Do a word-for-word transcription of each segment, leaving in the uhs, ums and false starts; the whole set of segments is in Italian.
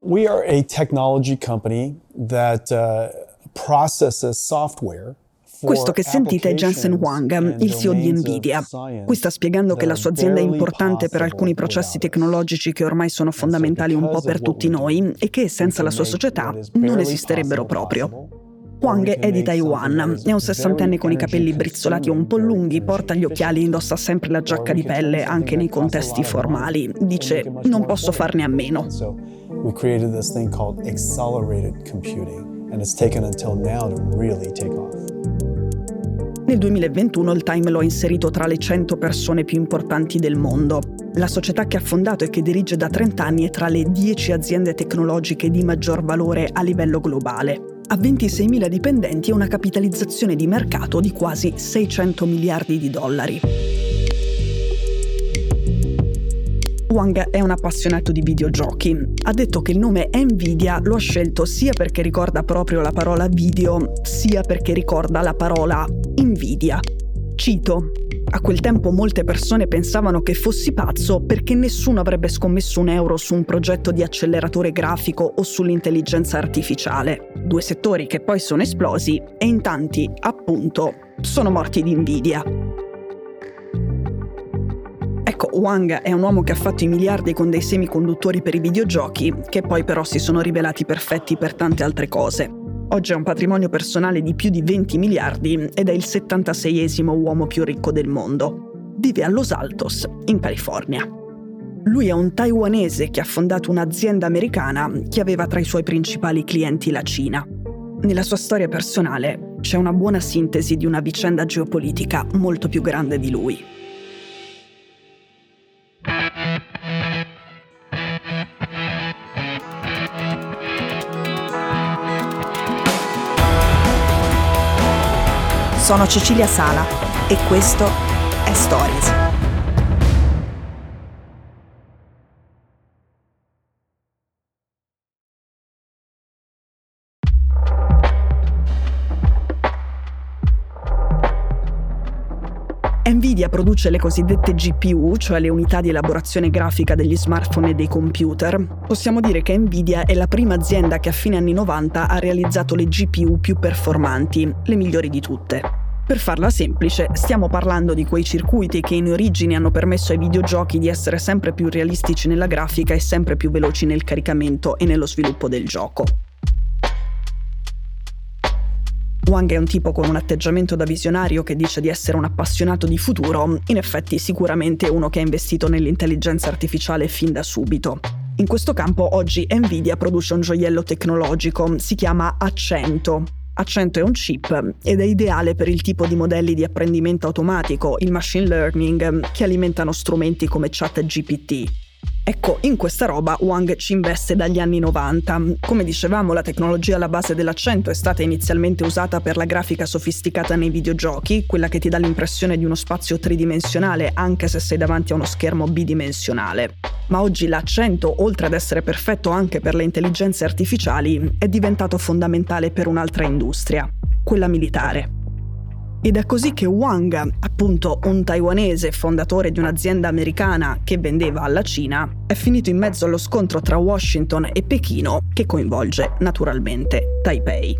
We are a technology company that uh, processes software. Questo che sentite è Jensen Huang, il C E O di Nvidia. Qui sta spiegando che la sua azienda è importante per alcuni processi tecnologici che ormai sono fondamentali un po' per tutti noi e che senza la sua società non esisterebbero proprio. Huang è di Taiwan, è un sessantenne con i capelli brizzolati un po' lunghi, porta gli occhiali e indossa sempre la giacca di pelle anche nei contesti formali. Dice: non posso farne a meno. We created this thing called accelerated computing and it's taken until now to really take off. Nel duemilaventuno il Time lo ha inserito tra le cento persone più importanti del mondo. La società che ha fondato e che dirige da trenta anni è tra le dieci aziende tecnologiche di maggior valore a livello globale. Ha ventiseimila dipendenti e una capitalizzazione di mercato di quasi seicento miliardi di dollari. Huang è un appassionato di videogiochi. Ha detto che il nome Nvidia lo ha scelto sia perché ricorda proprio la parola video, sia perché ricorda la parola invidia. Cito: a quel tempo molte persone pensavano che fossi pazzo perché nessuno avrebbe scommesso un euro su un progetto di acceleratore grafico o sull'intelligenza artificiale. Due settori che poi sono esplosi e in tanti, appunto, sono morti di invidia. Ecco, Huang è un uomo che ha fatto i miliardi con dei semiconduttori per i videogiochi, che poi però si sono rivelati perfetti per tante altre cose. Oggi ha un patrimonio personale di più di venti miliardi ed è il settantaseiesimo uomo più ricco del mondo. Vive a Los Altos, in California. Lui è un taiwanese che ha fondato un'azienda americana che aveva tra i suoi principali clienti la Cina. Nella sua storia personale c'è una buona sintesi di una vicenda geopolitica molto più grande di lui. Sono Cecilia Sala e questo è Stories. Nvidia produce le cosiddette G P U, cioè le unità di elaborazione grafica degli smartphone e dei computer. Possiamo dire che Nvidia è la prima azienda che a fine anni novanta ha realizzato le G P U più performanti, le migliori di tutte. Per farla semplice, stiamo parlando di quei circuiti che in origine hanno permesso ai videogiochi di essere sempre più realistici nella grafica e sempre più veloci nel caricamento e nello sviluppo del gioco. Huang è un tipo con un atteggiamento da visionario che dice di essere un appassionato di futuro, in effetti sicuramente uno che ha investito nell'intelligenza artificiale fin da subito. In questo campo oggi Nvidia produce un gioiello tecnologico, si chiama A cento. A cento è un chip ed è ideale per il tipo di modelli di apprendimento automatico, il machine learning, che alimentano strumenti come ChatGPT. Ecco, in questa roba Huang ci investe dagli anni novanta. Come dicevamo, la tecnologia alla base dell'A cento è stata inizialmente usata per la grafica sofisticata nei videogiochi, quella che ti dà l'impressione di uno spazio tridimensionale anche se sei davanti a uno schermo bidimensionale. Ma oggi l'A cento, oltre ad essere perfetto anche per le intelligenze artificiali, è diventato fondamentale per un'altra industria, quella militare. Ed è così che Huang, appunto un taiwanese fondatore di un'azienda americana che vendeva alla Cina, è finito in mezzo allo scontro tra Washington e Pechino che coinvolge naturalmente Taipei.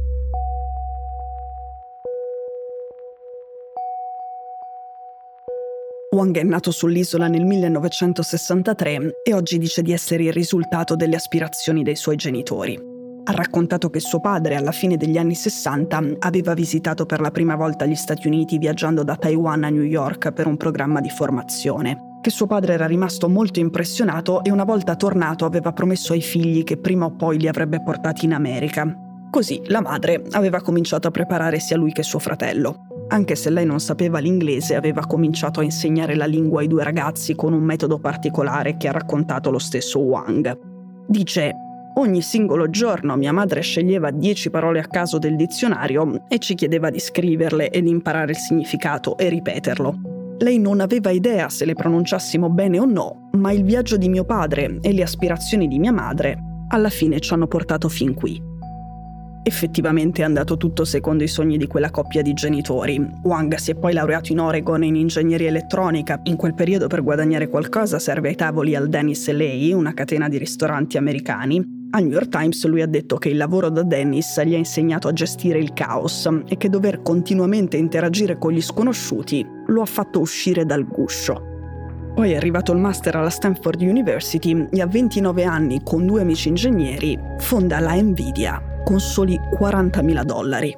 Huang è nato sull'isola nel millenovecentosessantatré e oggi dice di essere il risultato delle aspirazioni dei suoi genitori. Ha raccontato che suo padre, alla fine degli anni sessanta, aveva visitato per la prima volta gli Stati Uniti viaggiando da Taiwan a New York per un programma di formazione. Che suo padre era rimasto molto impressionato e una volta tornato aveva promesso ai figli che prima o poi li avrebbe portati in America. Così la madre aveva cominciato a preparare sia lui che suo fratello. Anche se lei non sapeva l'inglese, aveva cominciato a insegnare la lingua ai due ragazzi con un metodo particolare che ha raccontato lo stesso Huang. Dice: ogni singolo giorno mia madre sceglieva dieci parole a caso del dizionario e ci chiedeva di scriverle ed imparare il significato e ripeterlo. Lei non aveva idea se le pronunciassimo bene o no, ma il viaggio di mio padre e le aspirazioni di mia madre alla fine ci hanno portato fin qui. Effettivamente è andato tutto secondo i sogni di quella coppia di genitori. Huang si è poi laureato in Oregon in ingegneria elettronica. In quel periodo per guadagnare qualcosa serve ai tavoli al Dennis e Lei, una catena di ristoranti americani. Al New York Times lui ha detto che il lavoro da Dennis gli ha insegnato a gestire il caos e che dover continuamente interagire con gli sconosciuti lo ha fatto uscire dal guscio. Poi è arrivato il master alla Stanford University e a ventinove anni, con due amici ingegneri, fonda la Nvidia con soli quarantamila dollari.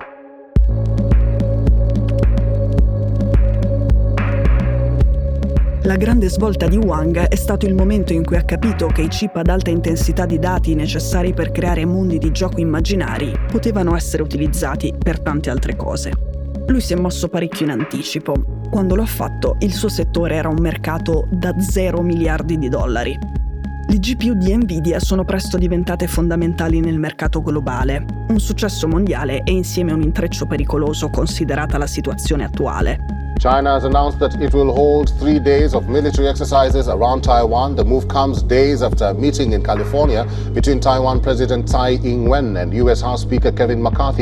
La grande svolta di Wang è stato il momento in cui ha capito che i chip ad alta intensità di dati necessari per creare mondi di gioco immaginari potevano essere utilizzati per tante altre cose. Lui si è mosso parecchio in anticipo. Quando lo ha fatto, il suo settore era un mercato da zero miliardi di dollari. Le G P U di Nvidia sono presto diventate fondamentali nel mercato globale, un successo mondiale e insieme un intreccio pericoloso considerata la situazione attuale. China has announced that it will hold three days of military exercises around Taiwan. The move comes days after a meeting in California between Taiwan President Tsai Ing-wen and U S House Speaker Kevin McCarthy.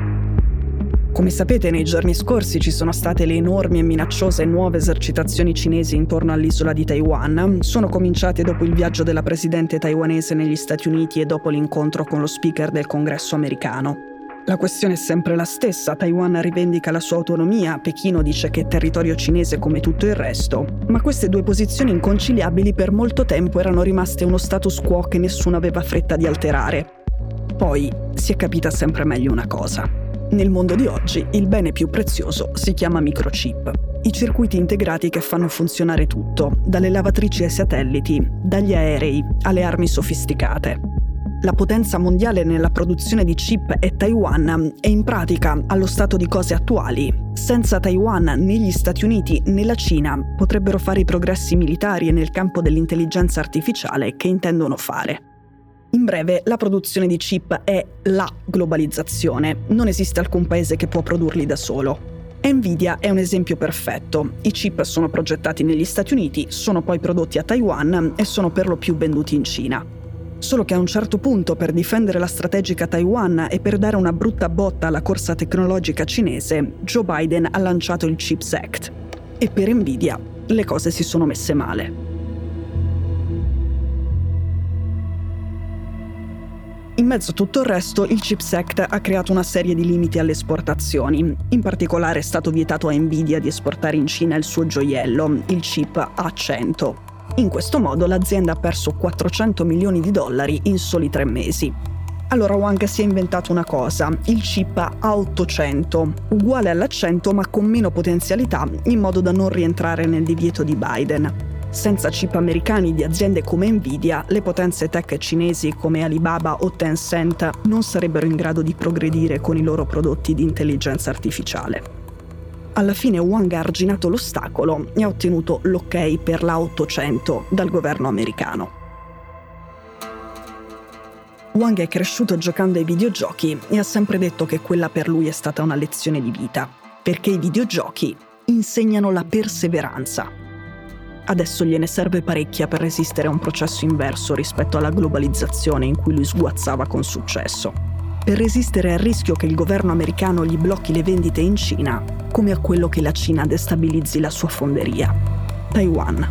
Come sapete, nei giorni scorsi ci sono state le enormi e minacciose nuove esercitazioni cinesi intorno all'isola di Taiwan. Sono cominciate dopo il viaggio della presidente taiwanese negli Stati Uniti e dopo l'incontro con lo speaker del Congresso americano. La questione è sempre la stessa: Taiwan rivendica la sua autonomia, Pechino dice che è territorio cinese come tutto il resto, ma queste due posizioni inconciliabili per molto tempo erano rimaste uno status quo che nessuno aveva fretta di alterare. Poi si è capita sempre meglio una cosa. Nel mondo di oggi il bene più prezioso si chiama microchip, i circuiti integrati che fanno funzionare tutto, dalle lavatrici ai satelliti, dagli aerei alle armi sofisticate. La potenza mondiale nella produzione di chip è Taiwan e in pratica, allo stato di cose attuali, senza Taiwan né gli Stati Uniti né la Cina potrebbero fare i progressi militari e nel campo dell'intelligenza artificiale che intendono fare. In breve, la produzione di chip è la globalizzazione, non esiste alcun paese che può produrli da solo. Nvidia è un esempio perfetto. I chip sono progettati negli Stati Uniti, sono poi prodotti a Taiwan e sono per lo più venduti in Cina. Solo che a un certo punto, per difendere la strategica Taiwan e per dare una brutta botta alla corsa tecnologica cinese, Joe Biden ha lanciato il CHIPS Act. E per Nvidia le cose si sono messe male. In mezzo a tutto il resto, il CHIPS Act ha creato una serie di limiti alle esportazioni. In particolare è stato vietato a Nvidia di esportare in Cina il suo gioiello, il chip A cento. In questo modo l'azienda ha perso quattrocento milioni di dollari in soli tre mesi. Allora Wang si è inventato una cosa, il chip A ottocento, uguale all'A cento ma con meno potenzialità, in modo da non rientrare nel divieto di Biden. Senza chip americani di aziende come Nvidia, le potenze tech cinesi come Alibaba o Tencent non sarebbero in grado di progredire con i loro prodotti di intelligenza artificiale. Alla fine Wang ha arginato l'ostacolo e ha ottenuto l'ok per l'A ottocento dal governo americano. Wang è cresciuto giocando ai videogiochi e ha sempre detto che quella per lui è stata una lezione di vita, perché i videogiochi insegnano la perseveranza. Adesso gliene serve parecchia per resistere a un processo inverso rispetto alla globalizzazione in cui lui sguazzava con successo. Per resistere al rischio che il governo americano gli blocchi le vendite in Cina, come a quello che la Cina destabilizzi la sua fonderia, Taiwan.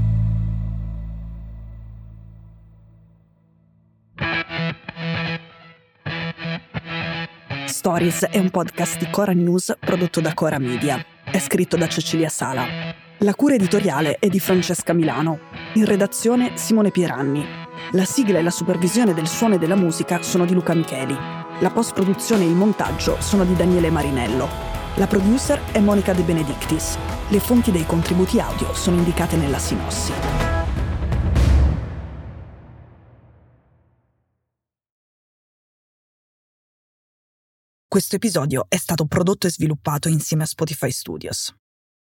Stories è un podcast di Cora News prodotto da Cora Media. È scritto da Cecilia Sala. La cura editoriale è di Francesca Milano. In redazione Simone Pieranni. La sigla e la supervisione del suono e della musica sono di Luca Micheli. La post-produzione e il montaggio sono di Daniele Marinello. La producer è Monica De Benedictis. Le fonti dei contributi audio sono indicate nella sinossi. Questo episodio è stato prodotto e sviluppato insieme a Spotify Studios.